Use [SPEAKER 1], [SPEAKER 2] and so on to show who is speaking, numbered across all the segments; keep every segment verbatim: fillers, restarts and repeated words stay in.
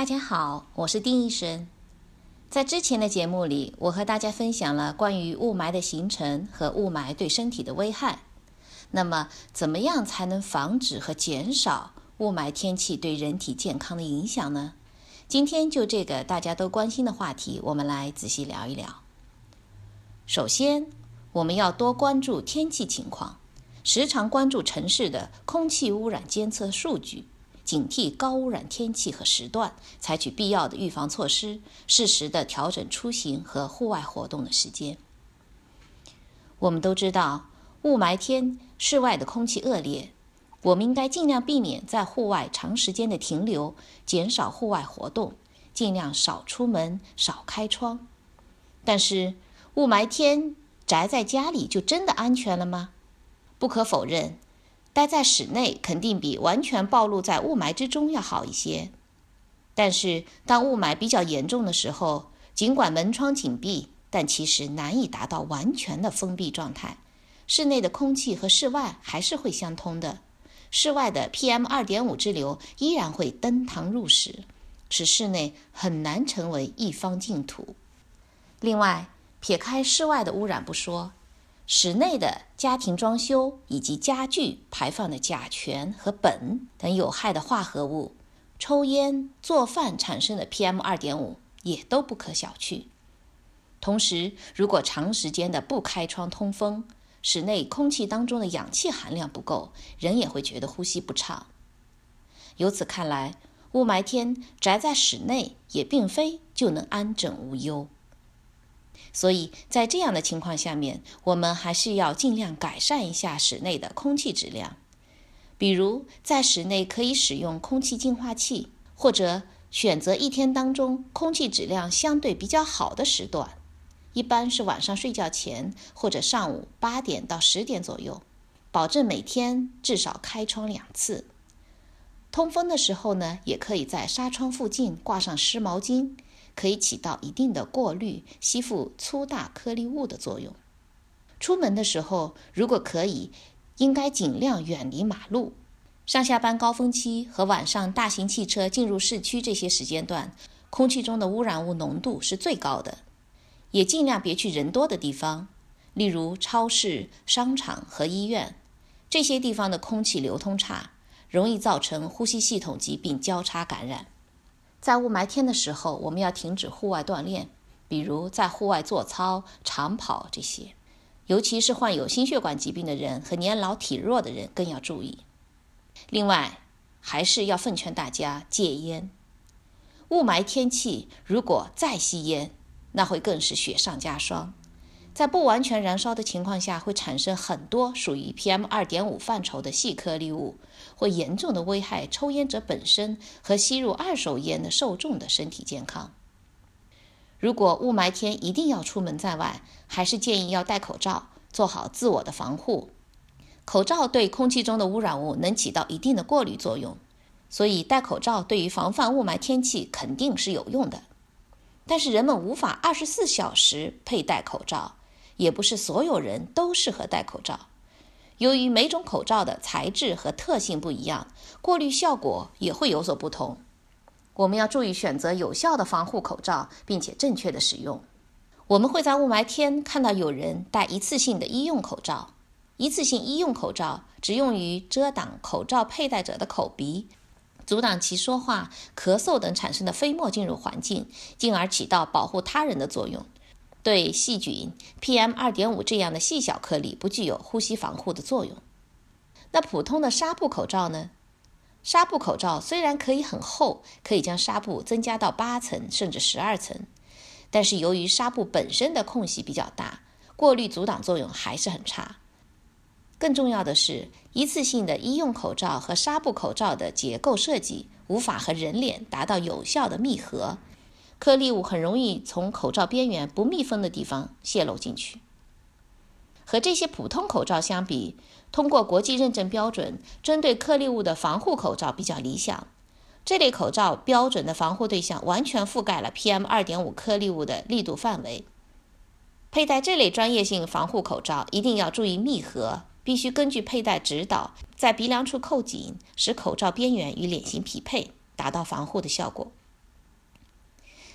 [SPEAKER 1] 大家好，我是丁医生。在之前的节目里，我和大家分享了关于雾霾的形成和雾霾对身体的危害。那么，怎么样才能防止和减少雾霾天气对人体健康的影响呢？今天就这个大家都关心的话题，我们来仔细聊一聊。首先，我们要多关注天气情况，时常关注城市的空气污染监测数据，警惕高污染天气和时段，采取必要的预防措施，适时地调整出行和户外活动的时间。我们都知道，雾霾天室外的空气恶劣，我们应该尽量避免在户外长时间的停留，减少户外活动，尽量少出门，少开窗。但是，雾霾天宅在家里就真的安全了吗？不可否认，待在室内肯定比完全暴露在雾霾之中要好一些。但是当雾霾比较严重的时候，尽管门窗紧闭，但其实难以达到完全的封闭状态。室内的空气和室外还是会相通的，室外的 P M 二点五 之流依然会登堂入室，使室内很难成为一方净土。另外，撇开室外的污染不说，室内的家庭装修以及家具排放的甲醛和苯等有害的化合物，抽烟、做饭产生的 P M 二点五 也都不可小觑。同时，如果长时间的不开窗通风，室内空气当中的氧气含量不够，人也会觉得呼吸不畅。由此看来，雾霾天宅在室内也并非就能安枕无忧。所以在这样的情况下面，我们还是要尽量改善一下室内的空气质量。比如在室内可以使用空气净化器，或者选择一天当中空气质量相对比较好的时段，一般是晚上睡觉前或者上午八点到十点左右，保证每天至少开窗两次。通风的时候呢，也可以在纱窗附近挂上湿毛巾，可以起到一定的过滤、吸附粗大颗粒物的作用。出门的时候，如果可以，应该尽量远离马路。上下班高峰期和晚上大型汽车进入市区这些时间段，空气中的污染物浓度是最高的。也尽量别去人多的地方，例如超市、商场和医院。这些地方的空气流通差，容易造成呼吸系统疾病交叉感染。在雾霾天的时候，我们要停止户外锻炼，比如在户外做操、长跑这些。尤其是患有心血管疾病的人和年老体弱的人更要注意。另外，还是要奉劝大家戒烟。雾霾天气如果再吸烟，那会更是雪上加霜。在不完全燃烧的情况下，会产生很多属于 P M 二点五 范畴的细颗粒物，会严重的危害抽烟者本身和吸入二手烟的受众的身体健康。如果雾霾天一定要出门在外，还是建议要戴口罩，做好自我的防护。口罩对空气中的污染物能起到一定的过滤作用，所以戴口罩对于防范雾霾天气肯定是有用的。但是人们无法二十四小时佩戴口罩，也不是所有人都适合戴口罩。由于每种口罩的材质和特性不一样，过滤效果也会有所不同。我们要注意选择有效的防护口罩，并且正确的使用。我们会在雾霾天看到有人戴一次性的医用口罩。一次性医用口罩只用于遮挡口罩佩戴者的口鼻，阻挡其说话、咳嗽等产生的飞沫进入环境，进而起到保护他人的作用。对细菌、P M 二点五 这样的细小颗粒不具有呼吸防护的作用。那普通的纱布口罩呢？纱布口罩虽然可以很厚，可以将纱布增加到八层甚至十二层，但是由于纱布本身的空隙比较大，过滤阻挡作用还是很差。更重要的是，一次性的医用口罩和纱布口罩的结构设计无法和人脸达到有效的密合，颗粒物很容易从口罩边缘不密封的地方泄露进去。和这些普通口罩相比，通过国际认证标准针对颗粒物的防护口罩比较理想。这类口罩标准的防护对象完全覆盖了 P M 二点五 颗粒物的力度范围。佩戴这类专业性防护口罩一定要注意密合，必须根据佩戴指导，在鼻梁处扣紧，使口罩边缘与脸型匹配，达到防护的效果。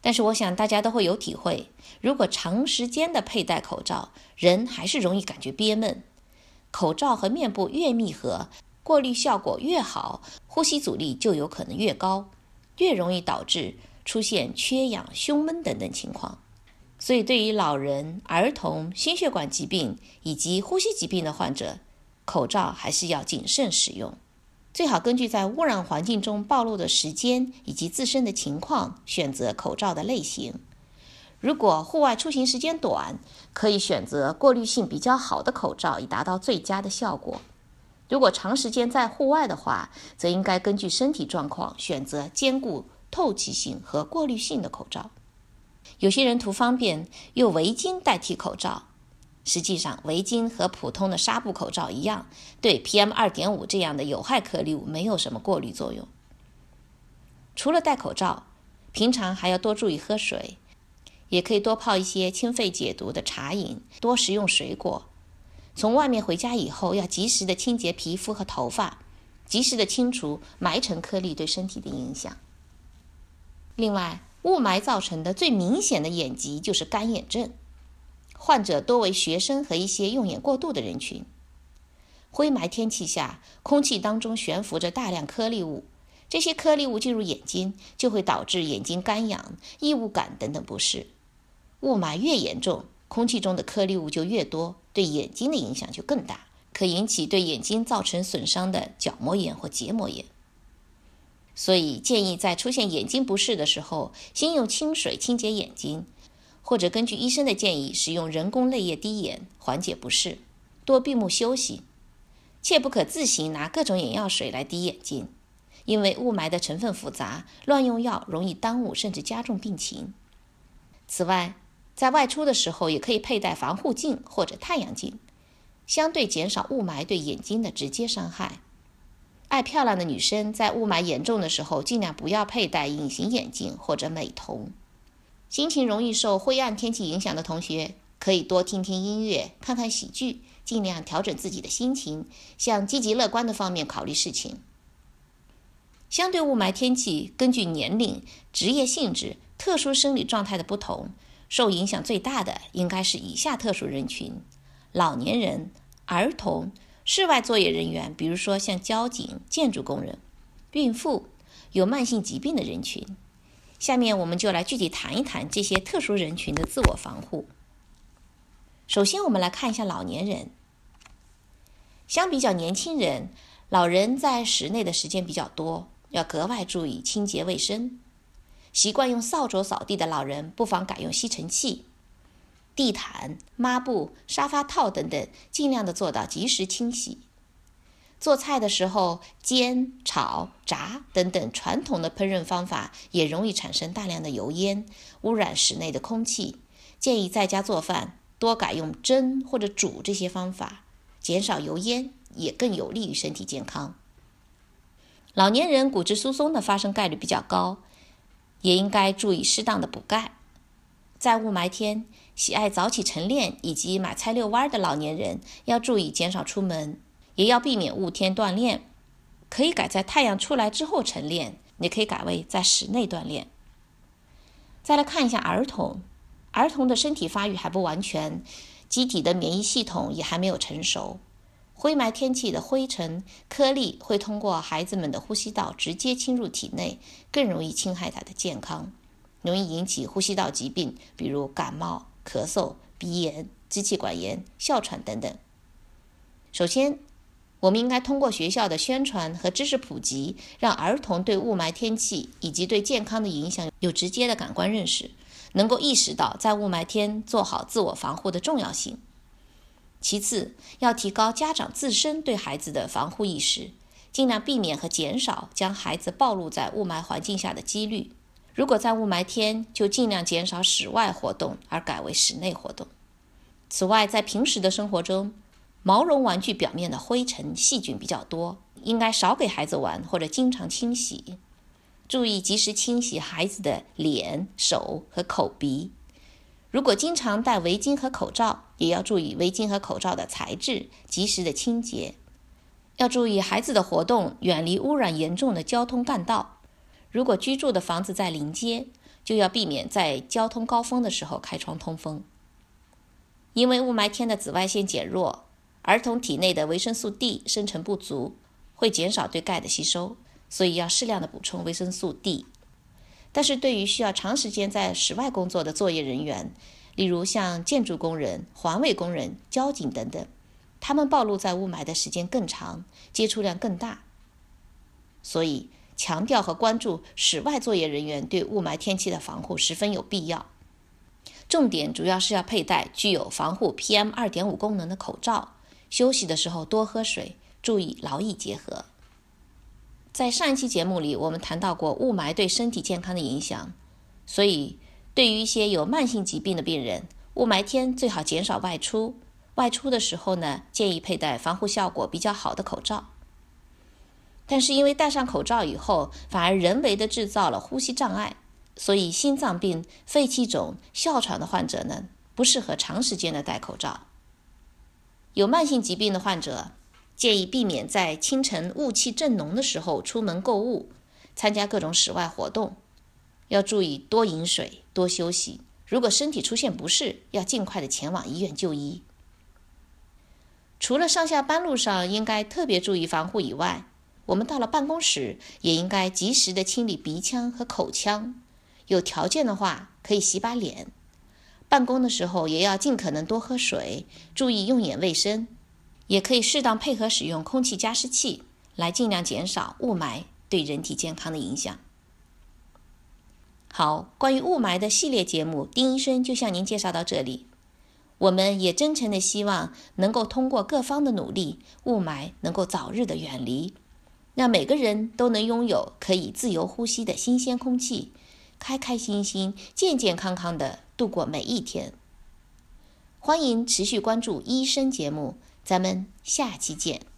[SPEAKER 1] 但是我想大家都会有体会，如果长时间的佩戴口罩，人还是容易感觉憋闷。口罩和面部越密合，过滤效果越好，呼吸阻力就有可能越高，越容易导致出现缺氧、胸闷等等情况。所以对于老人、儿童、心血管疾病以及呼吸疾病的患者，口罩还是要谨慎使用。最好根据在污染环境中暴露的时间以及自身的情况选择口罩的类型。如果户外出行时间短，可以选择过滤性比较好的口罩，以达到最佳的效果。如果长时间在户外的话，则应该根据身体状况选择兼顾透气性和过滤性的口罩。有些人图方便，用围巾代替口罩。实际上，围巾和普通的纱布口罩一样，对 P M 二点五 这样的有害颗粒物没有什么过滤作用。除了戴口罩，平常还要多注意喝水，也可以多泡一些清肺解毒的茶饮，多食用水果。从外面回家以后，要及时的清洁皮肤和头发，及时的清除霾尘颗粒对身体的影响。另外，雾霾造成的最明显的眼疾就是干眼症。患者多为学生和一些用眼过度的人群。灰霾天气下，空气当中悬浮着大量颗粒物，这些颗粒物进入眼睛，就会导致眼睛干痒、异物感等等不适。雾霾越严重，空气中的颗粒物就越多，对眼睛的影响就更大，可引起对眼睛造成损伤的角膜炎或结膜炎。所以建议在出现眼睛不适的时候，先用清水清洁眼睛，或者根据医生的建议使用人工泪液滴眼缓解不适，多闭目休息，切不可自行拿各种眼药水来滴眼睛，因为雾霾的成分复杂，乱用药容易耽误甚至加重病情。此外，在外出的时候也可以佩戴防护镜或者太阳镜，相对减少雾霾对眼睛的直接伤害。爱漂亮的女生在雾霾严重的时候，尽量不要佩戴隐形眼镜或者美瞳。心情容易受灰暗天气影响的同学，可以多听听音乐，看看喜剧，尽量调整自己的心情，向积极乐观的方面考虑事情。相对雾霾天气，根据年龄、职业性质、特殊生理状态的不同，受影响最大的应该是以下特殊人群：老年人、儿童、室外作业人员，比如说像交警、建筑工人、孕妇、有慢性疾病的人群。下面我们就来具体谈一谈这些特殊人群的自我防护。首先我们来看一下老年人。相比较年轻人，老人在室内的时间比较多，要格外注意清洁卫生。习惯用扫帚扫地的老人，不妨改用吸尘器。地毯、抹布、沙发套等等，尽量的做到及时清洗。做菜的时候，煎、炒、炸等等传统的烹饪方法也容易产生大量的油烟，污染室内的空气。建议在家做饭多改用蒸或者煮这些方法，减少油烟，也更有利于身体健康。老年人骨质疏松的发生概率比较高，也应该注意适当的补钙。在雾霾天，喜爱早起晨练以及买菜遛弯的老年人要注意减少出门，也要避免雾天锻炼，可以改在太阳出来之后晨练，也可以改为在室内锻炼。再来看一下儿童，儿童的身体发育还不完全，机体的免疫系统也还没有成熟。灰霾天气的灰尘、颗粒会通过孩子们的呼吸道直接侵入体内，更容易侵害他的健康，容易引起呼吸道疾病，比如感冒、咳嗽、鼻炎、支气管炎、哮喘等等。首先，我们应该通过学校的宣传和知识普及，让儿童对雾霾天气以及对健康的影响有直接的感官认识，能够意识到在雾霾天做好自我防护的重要性。其次，要提高家长自身对孩子的防护意识，尽量避免和减少将孩子暴露在雾霾环境下的几率。如果在雾霾天，就尽量减少室外活动，而改为室内活动。此外，在平时的生活中，毛绒玩具表面的灰尘、细菌比较多，应该少给孩子玩或者经常清洗。注意及时清洗孩子的脸、手和口鼻。如果经常戴围巾和口罩，也要注意围巾和口罩的材质，及时的清洁。要注意孩子的活动，远离污染严重的交通干道。 如果居住的房子在临街，就要避免在交通高峰的时候开窗通风。因为雾霾天的紫外线减弱，儿童体内的维生素 D 生成不足，会减少对钙的吸收，所以要适量的补充维生素 D。 但是对于需要长时间在室外工作的作业人员，例如像建筑工人、环卫工人、交警等等，他们暴露在雾霾的时间更长，接触量更大。所以强调和关注室外作业人员对雾霾天气的防护十分有必要。重点主要是要佩戴具有防护 P M 二点五 功能的口罩，休息的时候多喝水，注意劳逸结合。在上一期节目里，我们谈到过雾霾对身体健康的影响，所以对于一些有慢性疾病的病人，雾霾天最好减少外出。外出的时候呢，建议佩戴防护效果比较好的口罩。但是因为戴上口罩以后，反而人为的制造了呼吸障碍，所以心脏病、肺气肿、哮喘的患者呢，不适合长时间的戴口罩。有慢性疾病的患者，建议避免在清晨雾气正浓的时候出门购物，参加各种室外活动。要注意多饮水，多休息。如果身体出现不适，要尽快的前往医院就医。除了上下班路上应该特别注意防护以外，我们到了办公室也应该及时的清理鼻腔和口腔，有条件的话可以洗把脸。办公的时候也要尽可能多喝水，注意用眼卫生，也可以适当配合使用空气加湿器，来尽量减少雾霾对人体健康的影响。好，关于雾霾的系列节目，丁医生就向您介绍到这里。我们也真诚的希望能够通过各方的努力，雾霾能够早日的远离，让每个人都能拥有可以自由呼吸的新鲜空气，开开心心、健健康康的度过每一天。欢迎持续关注医生节目，咱们下期见。